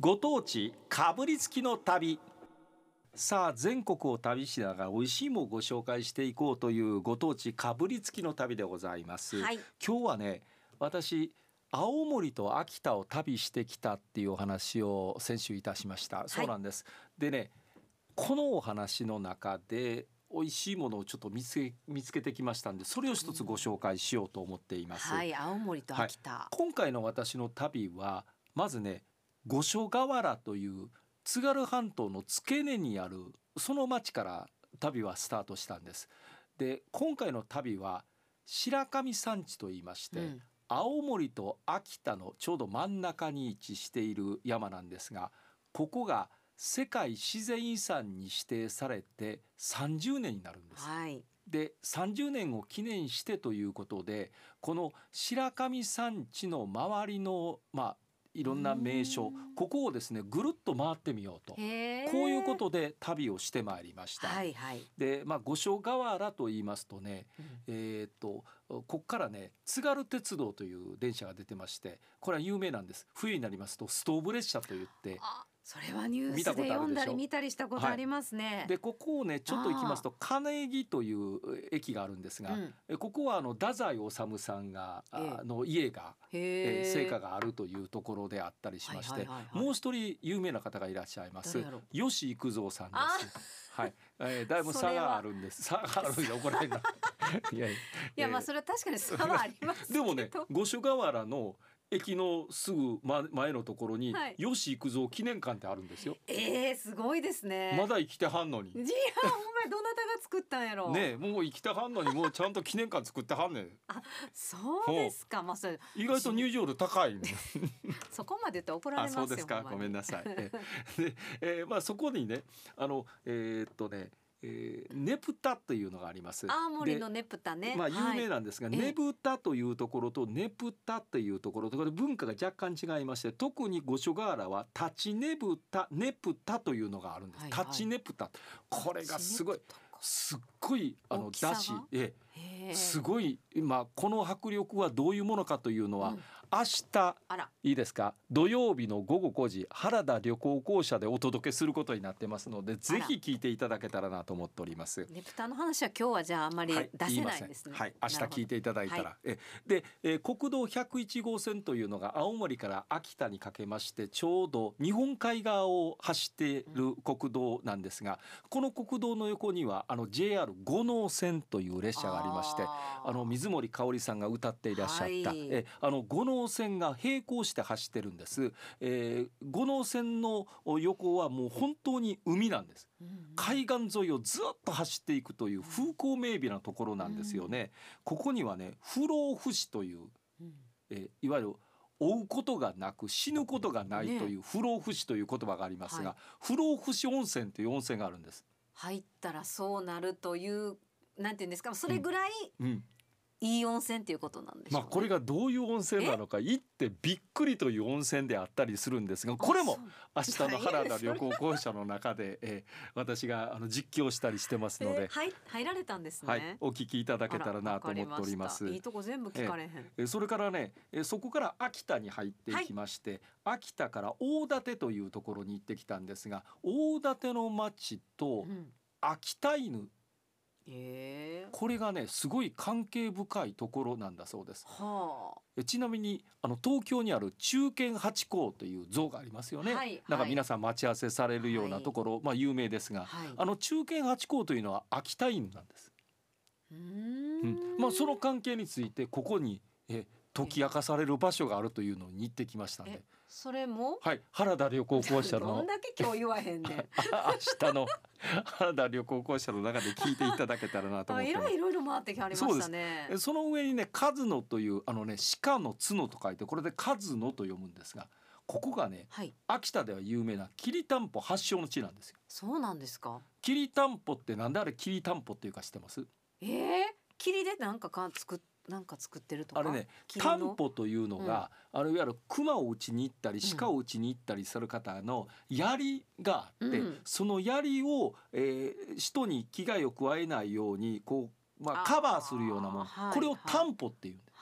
ご当地かぶりつきの旅。さあ全国を旅しながら美味しいものをご紹介していこうというご当地かぶりつきの旅でございます、 はい、 今日はね、私青森と秋田を旅してきたっていうお話を先週いたしました。そうなんです、でね、このお話の中で美味しいものをちょっと見つけてきましたんで、それを一つご紹介しようと思っています、 はい、青森と秋田、 今回の私の旅はまずね、五所川原という津軽半島の付け根にあるその町から旅はスタートしたんです。で、今回の旅は白神山地といいまして、青森と秋田のちょうど真ん中に位置している山なんですが、ここが世界自然遺産に指定されて30年になるんです、で30年を記念してということで、この白神山地の周りのいろんな名所、ここをですねぐるっと回ってみようと、こういうことで旅をしてまいりました、で、五所川原と言いますとね、ここからね津軽鉄道という電車が出てまして、これは有名なんです。冬になりますとストーブ列車といって、 それはニュースで読んだり見たりしたことありますね、 でここをねちょっと行きますと金木という駅があるんですが、ここは太宰治さんがの家が生家があるというところであったりしまして、もう一人有名な方がいらっしゃいます。吉幾三さんです。はい、だいぶ差があるんです。差があるんで怒られないいや、それは確かに差はありますけどでもね、五所川原の駅のすぐ前のところに、吉幾三記念館ってあるんですよ。 すごいですね。 まだ生きてはんのに。 いや、お前どなたが作ったんやろね、もう生きてはんのにもうちゃんと記念館作ってはんねん。 そうですか。それ意外と入場料高いねそこまで言って怒られますよ。 そうですか、ごめんなさいで、そこにねねぷたというのがあります。 青森のねぷたね、 有名なんですが、ねぶたというところとねぷたというところと文化が若干違いまして、特に五所川原は立ちねぶたねぷたというのがあるんです、立ちねぷた。これがすごいだし、すごい、この迫力はどういうものかというのは、明日いいですか、土曜日の午後5時原田旅行公社でお届けすることになってますので、ぜひ聞いていただけたらなと思っております。 ねぷたの話は今日はじゃああんまり出せないですね。 明日聞いていただいたら、で、国道101号線というのが青森から秋田にかけましてちょうど日本海側を走っている国道なんですが、この国道の横にはJR 五能線という列車がありまして、水森かおりさんが歌っていらっしゃった、五能線が並行して走ってるんです。五能線の横はもう本当に海なんです、海岸沿いをずっと走っていくという風光明媚なところなんですよね、ここにはね不老不死という、いわゆる追うことがなく死ぬことがないという不老不死という言葉がありますが、不老不死温泉という温泉があるんです。 入ったらそうなるという、なんていうんですか、それぐらい、いい温泉っていうことなんでしょうね。 これがどういう温泉なのか、行ってびっくりという温泉であったりするんですが、これも明日の原田旅行公社の中で、私が実況したりしてますので、 入られたんですね、 お聞きいただけたらなと思っております。 いいとこ全部聞かれへん、 それからね、そこから秋田に入っていきまして、秋田から大館というところに行ってきたんですが、大館の町と秋田犬、これがねすごい関係深いところなんだそうです。ちなみに東京にある忠犬ハチ公という像がありますよね、なんか皆さん待ち合わせされるようなところ、有名ですが、忠犬ハチ公というのは秋田犬なんです。その関係についてここに解き明かされる場所があるというのに行ってきましたので、 それも原田旅行公社のどんだけ今日言わへんねん明日の原田旅行公社の中で聞いていただけたらなと思ってます。 いろいろ回ってきはりましたね。 その上にね数野という鹿の角と書いて、これで数野と読むんですが、ここがね、秋田では有名なきりたんぽ発祥の地なんですよ。 そうなんですか。 きりたんぽってなんであれきりたんぽっていうか知ってます？ 霧でなんか作ってるとか。 タンポというのが、いわゆる熊を打ちに行ったり鹿を打ちに行ったりする方の槍があって、その槍を、人に危害を加えないようにカバーするようなもの、これをタンポっていうんです。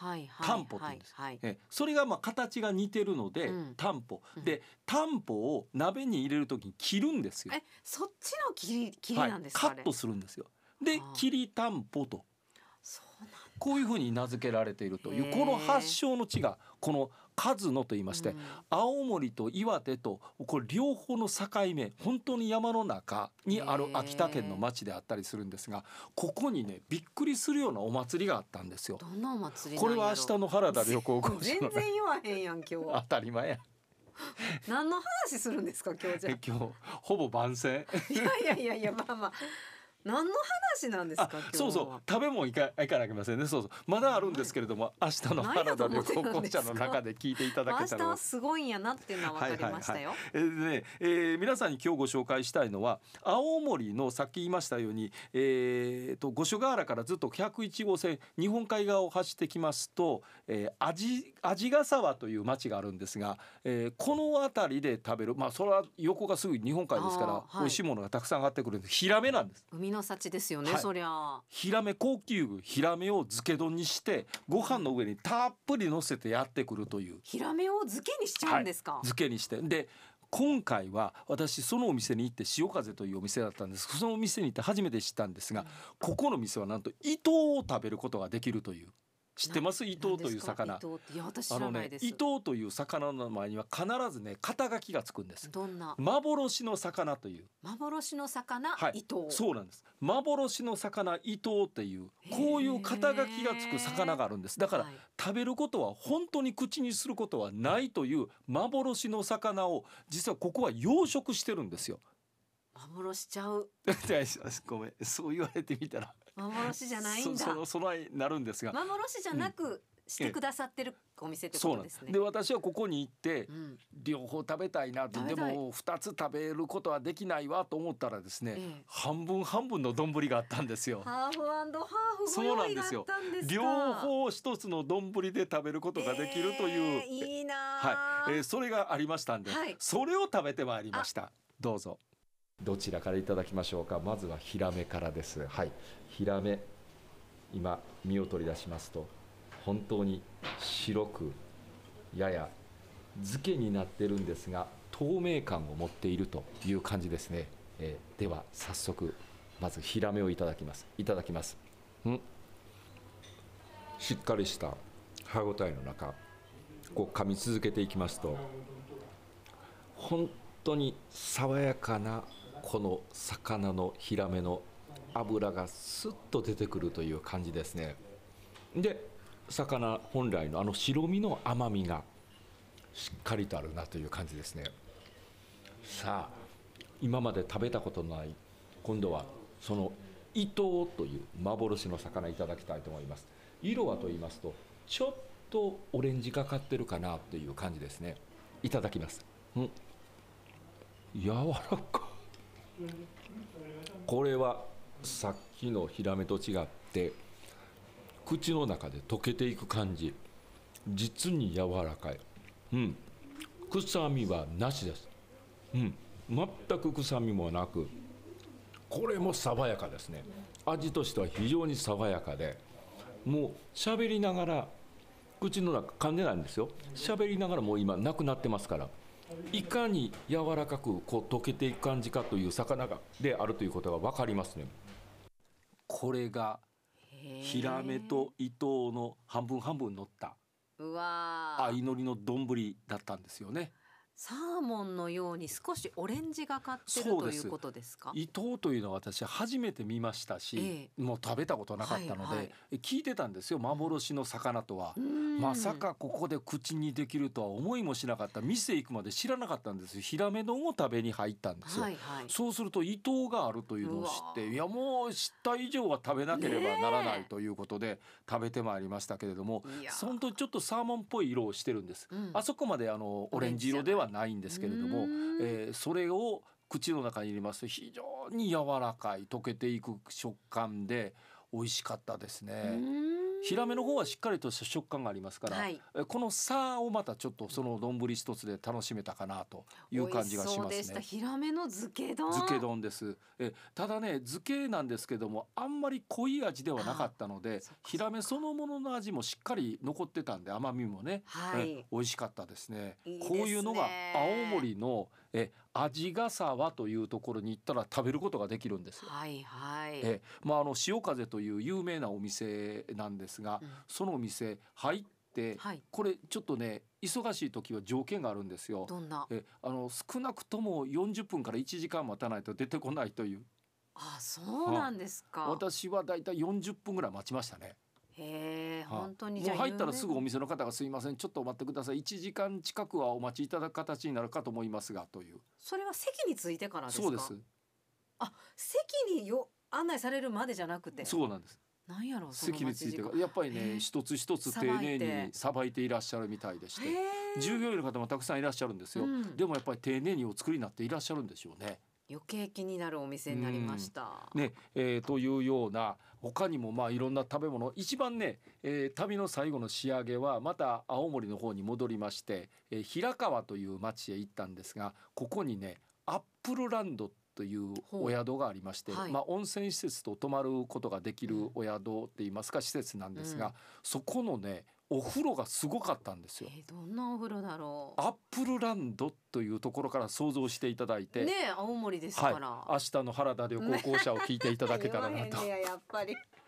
タンポって言うんです、それが形が似てるので、タンポで、タンポを鍋に入れるときに切るんですよ。 そっちの切りなんですか、 カットするんですよ。で切りタンポとこういうふうに名付けられているという、この発祥の地がこの数野と言いまして、青森と岩手とこれ両方の境目、本当に山の中にある秋田県の町であったりするんですが、ここにねびっくりするようなお祭りがあったんですよ。 どんなお祭りこれは明日の原田旅行講座の全然言わへんやん今日は。 当たり前や。 何の話するんですか今日じゃ。 今日ほぼ番宣。 いやまあ何の話なんですか今日は。 そう食べ物いかなきゃいけませんね。まだあるんですけれども、明日の原田旅行講座の中で聞いていただけたら、 明日はすごいんやなっていうのは分かりましたよ。 皆さんに今日ご紹介したいのは、青森のさっき言いましたように、五所川原からずっと101号線日本海側を走ってきますと、鰺ヶ沢という町があるんですが、この辺りで食べる、それは横がすぐ日本海ですから、美味しいものがたくさん上がってくるんです。ヒラメなんです。 海の幸ですよね、そりゃ。 ヒラメ、高級魚ヒラメを漬け丼にしてご飯の上にたっぷり乗せてやってくるという。 ヒラメを漬けにしちゃうんですか。 漬けにして、で今回は私そのお店に行って、潮風というお店だったんです。そのお店に行って初めて知ったんですが、ここの店はなんとイトウを食べることができるという。知ってます？イトウという魚。 いや私知らないです。 イトウという魚の前には必ずね肩書きがつくんです。 どんな？ 幻の魚という。 幻の魚、イトウ。 そうなんです。幻の魚イトウっていうこういう肩書きがつく魚があるんです。だから、食べることは本当に口にすることはないという幻の魚を実はここは養殖してるんですよ。 幻ちゃう。 ごめん、そう言われてみたら幻じゃないんだ。 そのなるんですが、 幻じゃなくしてくださってるお店ってことですね。 で私はここに行って、両方食べたいなと。でも2つ食べることはできないわと思ったらですね、半分半分の丼があったんですよ。 ハーフ&ハーフご用意があったんですか。 両方一つの丼で食べることができるという、 いいな、 それがありましたんで、それを食べてまいりました。どうぞ。どちらからいただきましょうか。まずはヒラメからです。ヒラメ、今身を取り出しますと本当に白くやや漬けになってるんですが、透明感を持っているという感じですね。では早速まずヒラメをいただきます。しっかりした歯ごたえの中、こう噛み続けていきますと本当に爽やかなこの魚のヒラメの脂がスッと出てくるという感じですね。で魚本来の白身の甘みがしっかりとあるなという感じですね。さあ今まで食べたことのない、今度はそのイトウという幻の魚いただきたいと思います。色はと言いますとちょっとオレンジがかってるかなという感じですね。いただきます。柔らかい。これはさっきのヒラメと違って口の中で溶けていく感じ、実に柔らかい。臭みはなしです。全く臭みもなく、これも爽やかですね。味としては非常に爽やかで、もう喋りながら口の中噛んでないんですよ。喋りながらもう今なくなってますから、いかに柔らかくこう溶けていく感じかという魚であるということが分かりますね。これがヒラメとイトウの半分半分乗った相乗りの丼だったんですよね。 サーモンのように少しオレンジがかってるということですか。 イトウというのは私初めて見ましたし、もう食べたことなかったので、聞いてたんですよ。幻の魚とはまさかここで口にできるとは思いもしなかった。店行くまで知らなかったんです。ヒラメ丼を食べに入ったんですよ。そうするとイトウがあるというのを知って、いやもう知った以上は食べなければならないということで食べてまいりましたけれども、そんとちょっとサーモンっぽい色をしてるんです。あそこまでオレンジ色ではないんですけれども、それを口の中に入れますと非常に柔らかい溶けていく食感で美味しかったですね。 ヒラメの方はしっかりとした食感がありますから、 はい、 この差をまたちょっとその丼一つで楽しめたかなという感じがしますね。 美味しそうでした。ヒラメの漬け丼。 漬け丼です。ただね漬けなんですけどもあんまり濃い味ではなかったので、ヒラメそのものの味もしっかり残ってたんで甘みもね、 はい、 美味しかったですね。 いいですね。 こういうのが青森の味ヶ沢というところに行ったら食べることができるんですよ。 はいはい、 潮風という有名なお店なんですが、そのお店入って、 はい、 これちょっとね忙しい時は条件があるんですよ。 どんな。 少なくとも40分から1時間待たないと出てこないという。 あ、そうなんですか。 私はだいたい40分ぐらい待ちましたね。 へえ、本当に。 もう入ったらすぐお店の方がすいませんちょっと待ってください1時間近くはお待ちいただく形になるかと思いますがという。 それは席に着いてからですか。 そうです。 あ、席に案内されるまでじゃなくて。 そうなんです。 なんやろう、 席についてやっぱりね一つ一つ丁寧にさばいていらっしゃるみたいでして、従業員の方もたくさんいらっしゃるんですよ、でもやっぱり丁寧にお作りになっていらっしゃるんでしょうね。 余計気になるお店になりました、 ねというような他にもいろんな食べ物一番ね、旅の最後の仕上げはまた青森の方に戻りまして、平川という町へ行ったんですがここにねアップルランドというお宿がありまして、温泉施設と泊まることができるお宿っていいますか施設なんですが、そこのねお風呂がすごかったんですよ。 どんなお風呂だろう。 アップルランドというところから想像していただいてね、青森ですから、 明日の原田旅行講者を聞いていただけたらなとやっぱり